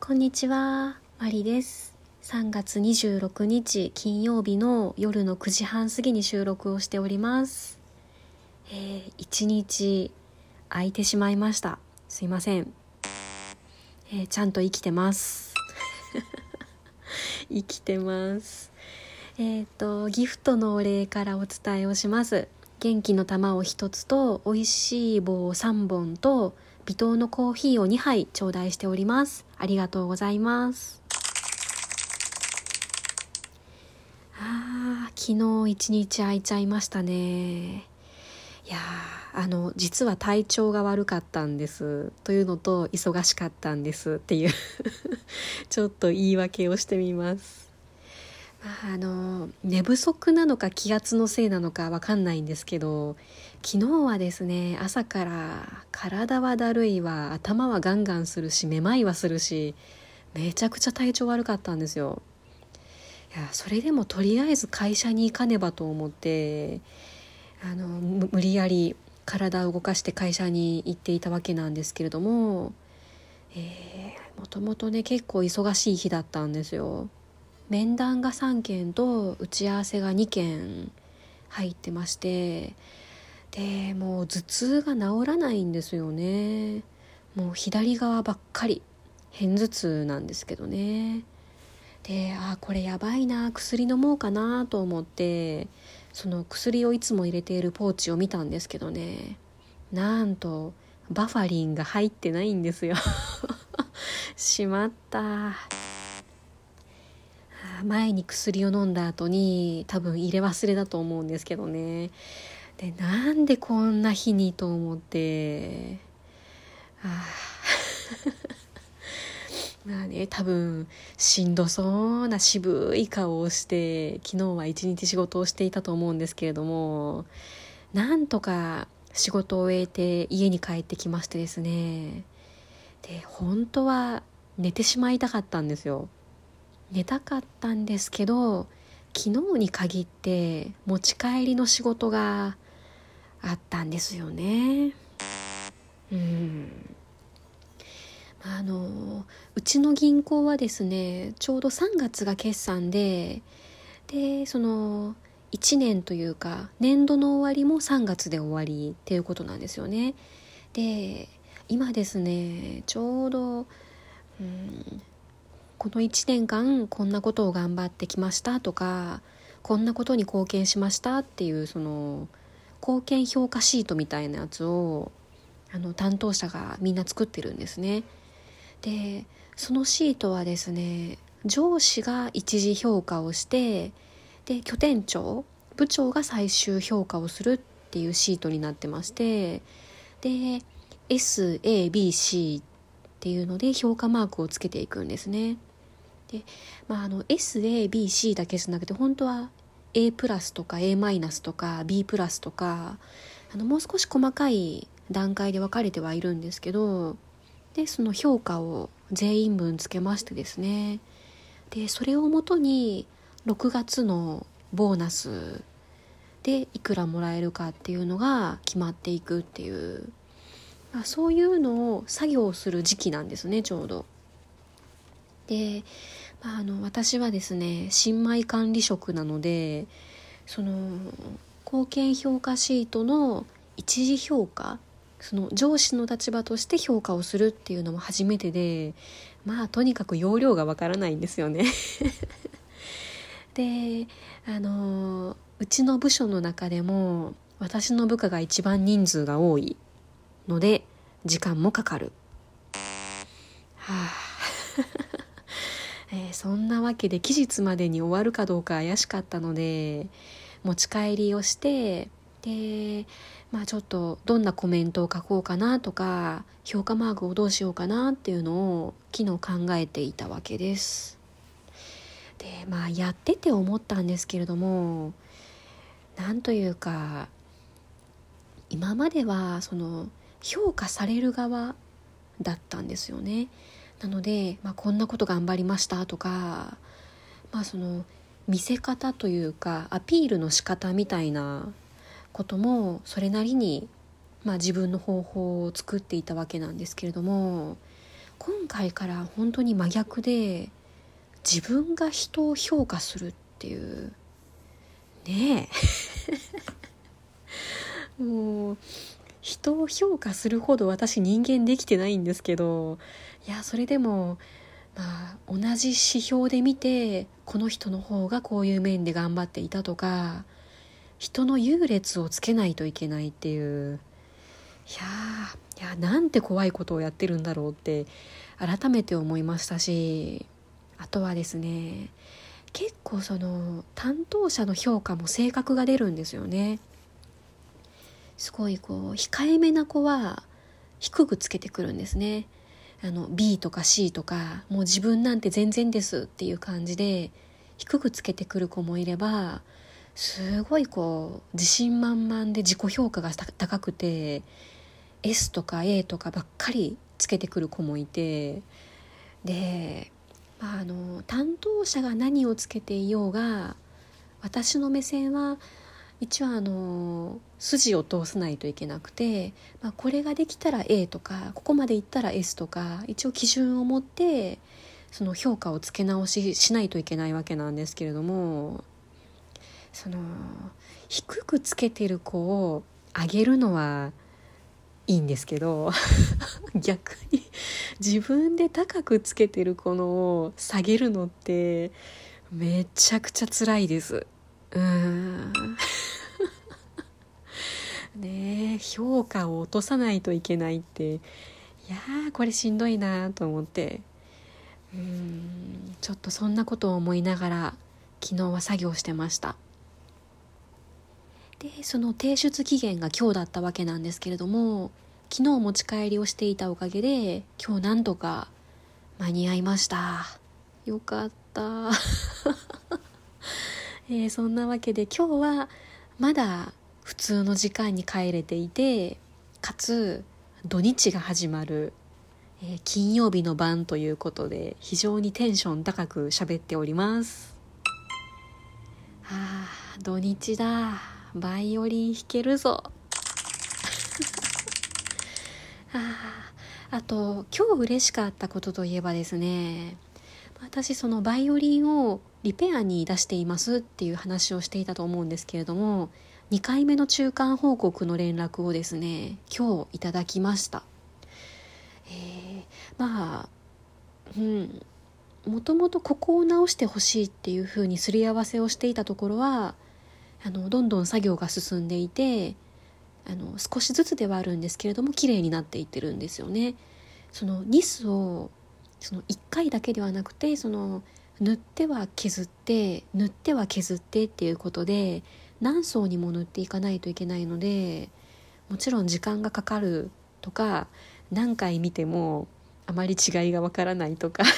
こんにちは、マリです。3月26日金曜日の夜の9時半過ぎに収録をしております。1日空いてしまいました。すいません。ちゃんと生きてます生きてます。ギフトのお礼からお伝えをします。元気の玉を1つと美味しい棒を3本と微糖のコーヒーを2杯頂戴しております。ありがとうございます。昨日一日空いちゃいましたね。いや実は体調が悪かったんですというのと忙しかったんですっていうちょっと言い訳をしてみます。寝不足なのか気圧のせいなのかわかんないんですけど、昨日はですね、朝から体はだるいわ、頭はガンガンするし、めまいはするし、めちゃくちゃ体調悪かったんですよ。いや、それでもとりあえず会社に行かねばと思って無理やり体を動かして会社に行っていたわけなんですけれども、もともとね結構忙しい日だったんですよ。面談が3件と打ち合わせが2件入ってまして、でもう頭痛が治らないんですよね。もう左側ばっかり片頭痛なんですけどね。で、これやばいな、薬飲もうかなと思ってその薬をいつも入れているポーチを見たんですけどね、なんとバファリンが入ってないんですよしまった。前に薬を飲んだ後に多分入れ忘れだと思うんですけどね。で、なんでこんな日にと思ってまあね、多分しんどそうな渋い顔をして昨日は一日仕事をしていたと思うんですけれども、なんとか仕事を終えて家に帰ってきましてですね、で本当は寝てしまいたかったんですよ。寝たかったんですけど、昨日に限って持ち帰りの仕事があったんですよね。うちの銀行はですね、ちょうど3月が決算でその1年というか年度の終わりも3月で終わりっていうことなんですよね。で、今ですね、ちょうどこの1年間こんなことを頑張ってきましたとか、こんなことに貢献しましたっていうその貢献評価シートみたいなやつを担当者がみんな作ってるんですね。で、そのシートはですね、上司が一次評価をして、で拠点長部長が最終評価をするっていうシートになってまして、で SABC っていうので評価マークをつけていくんですね。で、SABC だけじゃなくて本当は A プラスとか A マイナスとか B プラスとかもう少し細かい段階で分かれてはいるんですけど、でその評価を全員分つけましてですね、でそれをもとに6月のボーナスでいくらもらえるかっていうのが決まっていくっていう、そういうのを作業する時期なんですね、ちょうど。で、私はですね新米管理職なので、その貢献評価シートの一次評価、その上司の立場として評価をするっていうのも初めてで、とにかく要領がわからないんですよねで、うちの部署の中でも私の部下が一番人数が多いので時間もかかる。そんなわけで期日までに終わるかどうか怪しかったので持ち帰りをして、でちょっとどんなコメントを書こうかなとか評価マークをどうしようかなっていうのを昨日考えていたわけです。で、やってて思ったんですけれども、なんというか今まではその評価される側だったんですよね。なので、こんなこと頑張りましたとか、その見せ方というかアピールの仕方みたいなこともそれなりに、自分の方法を作っていたわけなんですけれども、 今回から本当に真逆で、自分が人を評価するっていうねえもう人を評価するほど私人間できてないんですけど、いやそれでも同じ指標で見てこの人の方がこういう面で頑張っていたとか、人の優劣をつけないといけないっていう、いやなんて怖いことをやってるんだろうって改めて思いましたし、あとはですね、結構その担当者の評価も性格が出るんですよね。すごい控えめな子は低くつけてくるんですね。B とか C とか、もう自分なんて全然ですっていう感じで低くつけてくる子もいれば、すごい自信満々で自己評価が高くて S とか A とかばっかりつけてくる子もいて、で、担当者が何をつけていようが、私の目線は一応筋を通さないといけなくて、これができたら A とか、ここまでいったら S とか、一応基準を持ってその評価をつけ直しないといけないわけなんですけれども、その低くつけてる子を上げるのはいいんですけど逆に自分で高くつけてる子のを下げるのってめちゃくちゃ辛いです。ねえ、評価を落とさないといけないって、いやーこれしんどいなと思って、ちょっとそんなことを思いながら昨日は作業してました。でその提出期限が今日だったわけなんですけれども、昨日持ち帰りをしていたおかげで今日なんとか間に合いました。よかったそんなわけで今日はまだ普通の時間に帰れていて、かつ土日が始まる、金曜日の晩ということで非常にテンション高く喋っております。土日だ、バイオリン弾けるぞあと今日嬉しかったことといえばですね、私そのバイオリンをリペアに出していますっていう話をしていたと思うんですけれども、2回目の中間報告の連絡をですね今日いただきました。もともとここを直してほしいっていうふうにすり合わせをしていたところはどんどん作業が進んでいて、少しずつではあるんですけれども綺麗になっていってるんですよね。そのニスをその1回だけではなくて、その塗っては削って塗っては削ってっていうことで何層にも塗っていかないといけないので、もちろん時間がかかるとか、何回見てもあまり違いがわからないとか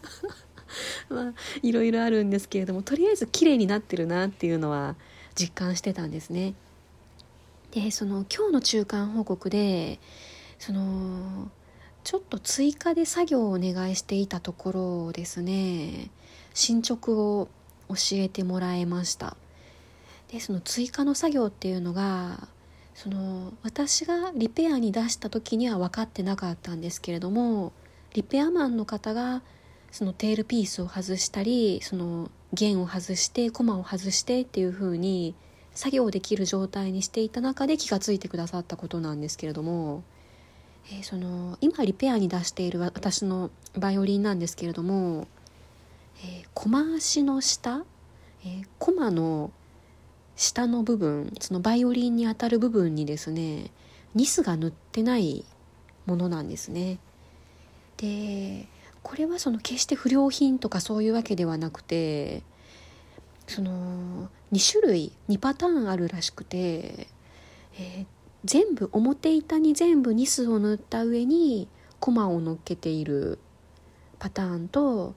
いろいろあるんですけれども、とりあえず綺麗になってるなっていうのは実感してたんですね。でその今日の中間報告でちょっと追加で作業をお願いしていたところをですね、進捗を教えてもらいました。でその追加の作業っていうのが、私がリペアに出した時には分かってなかったんですけれども、リペアマンの方がそのテールピースを外したり、その弦を外してコマを外してっていう風に作業できる状態にしていた中で気がついてくださったことなんですけれども、今リペアに出している私のバイオリンなんですけれども、コマ足の下、コマの下の部分、そのバイオリンに当たる部分にですねニスが塗ってないものなんですね。でこれは決して不良品とかそういうわけではなくて、2種類2パターンあるらしくて、全部表板に全部ニスを塗った上にコマを乗っけているパターンと、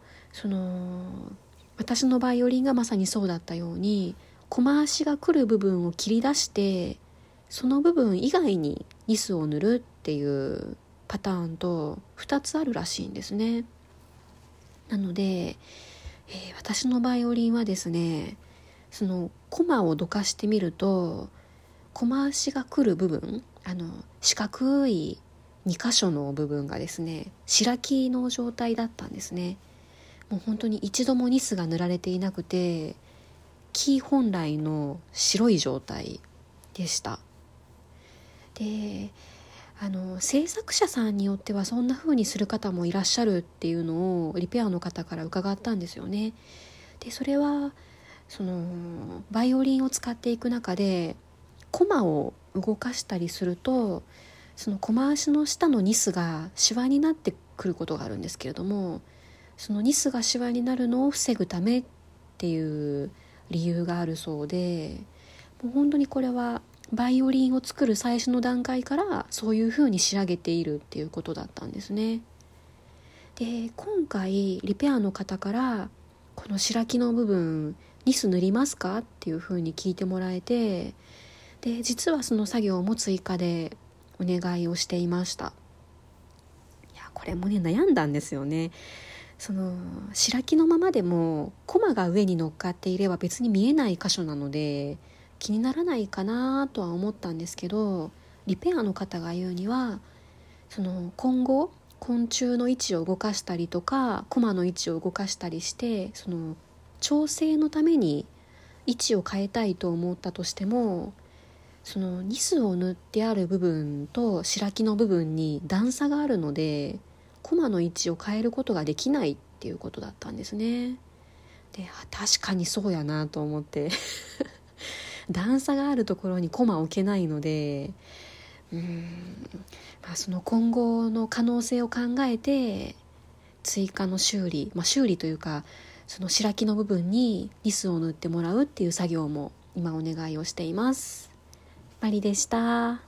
私のバイオリンがまさにそうだったようにコマ足が来る部分を切り出してその部分以外にニスを塗るっていうパターンと2つあるらしいんですね。なので、私のバイオリンはですね、そのコマをどかしてみるとコマ足が来る部分、四角い 2箇所の部分がですね白木の状態だったんですね。もう本当に一度もニスが塗られていなくて、木本来の白い状態でした。で制作者さんによってはそんな風にする方もいらっしゃるっていうのをリペアの方から伺ったんですよね。でそれはそのバイオリンを使っていく中でコマを動かしたりすると、そのコマ足の下のニスがシワになってくることがあるんですけれども、そのニスがシワになるのを防ぐためっていう理由があるそうで、もう本当にこれはバイオリンを作る最初の段階からそういう風に仕上げているっていうことだったんですね。で今回リペアの方からこの白木の部分ニス塗りますかっていう風に聞いてもらえて、で実はその作業も追加でお願いをしていました。いやこれもね悩んだんですよね。その白木のままでもコマが上に乗っかっていれば別に見えない箇所なので気にならないかなとは思ったんですけど、リペアの方が言うにはその今後昆虫の位置を動かしたりとかコマの位置を動かしたりしてその調整のために位置を変えたいと思ったとしても、そのニスを塗ってある部分と白木の部分に段差があるのでコマの位置を変えることができないっていうことだったんですね。で確かにそうやなと思って段差があるところにコマを置けないので、その今後の可能性を考えて追加の修理、修理というかその白木の部分にニスを塗ってもらうっていう作業も今お願いをしています。マリでした。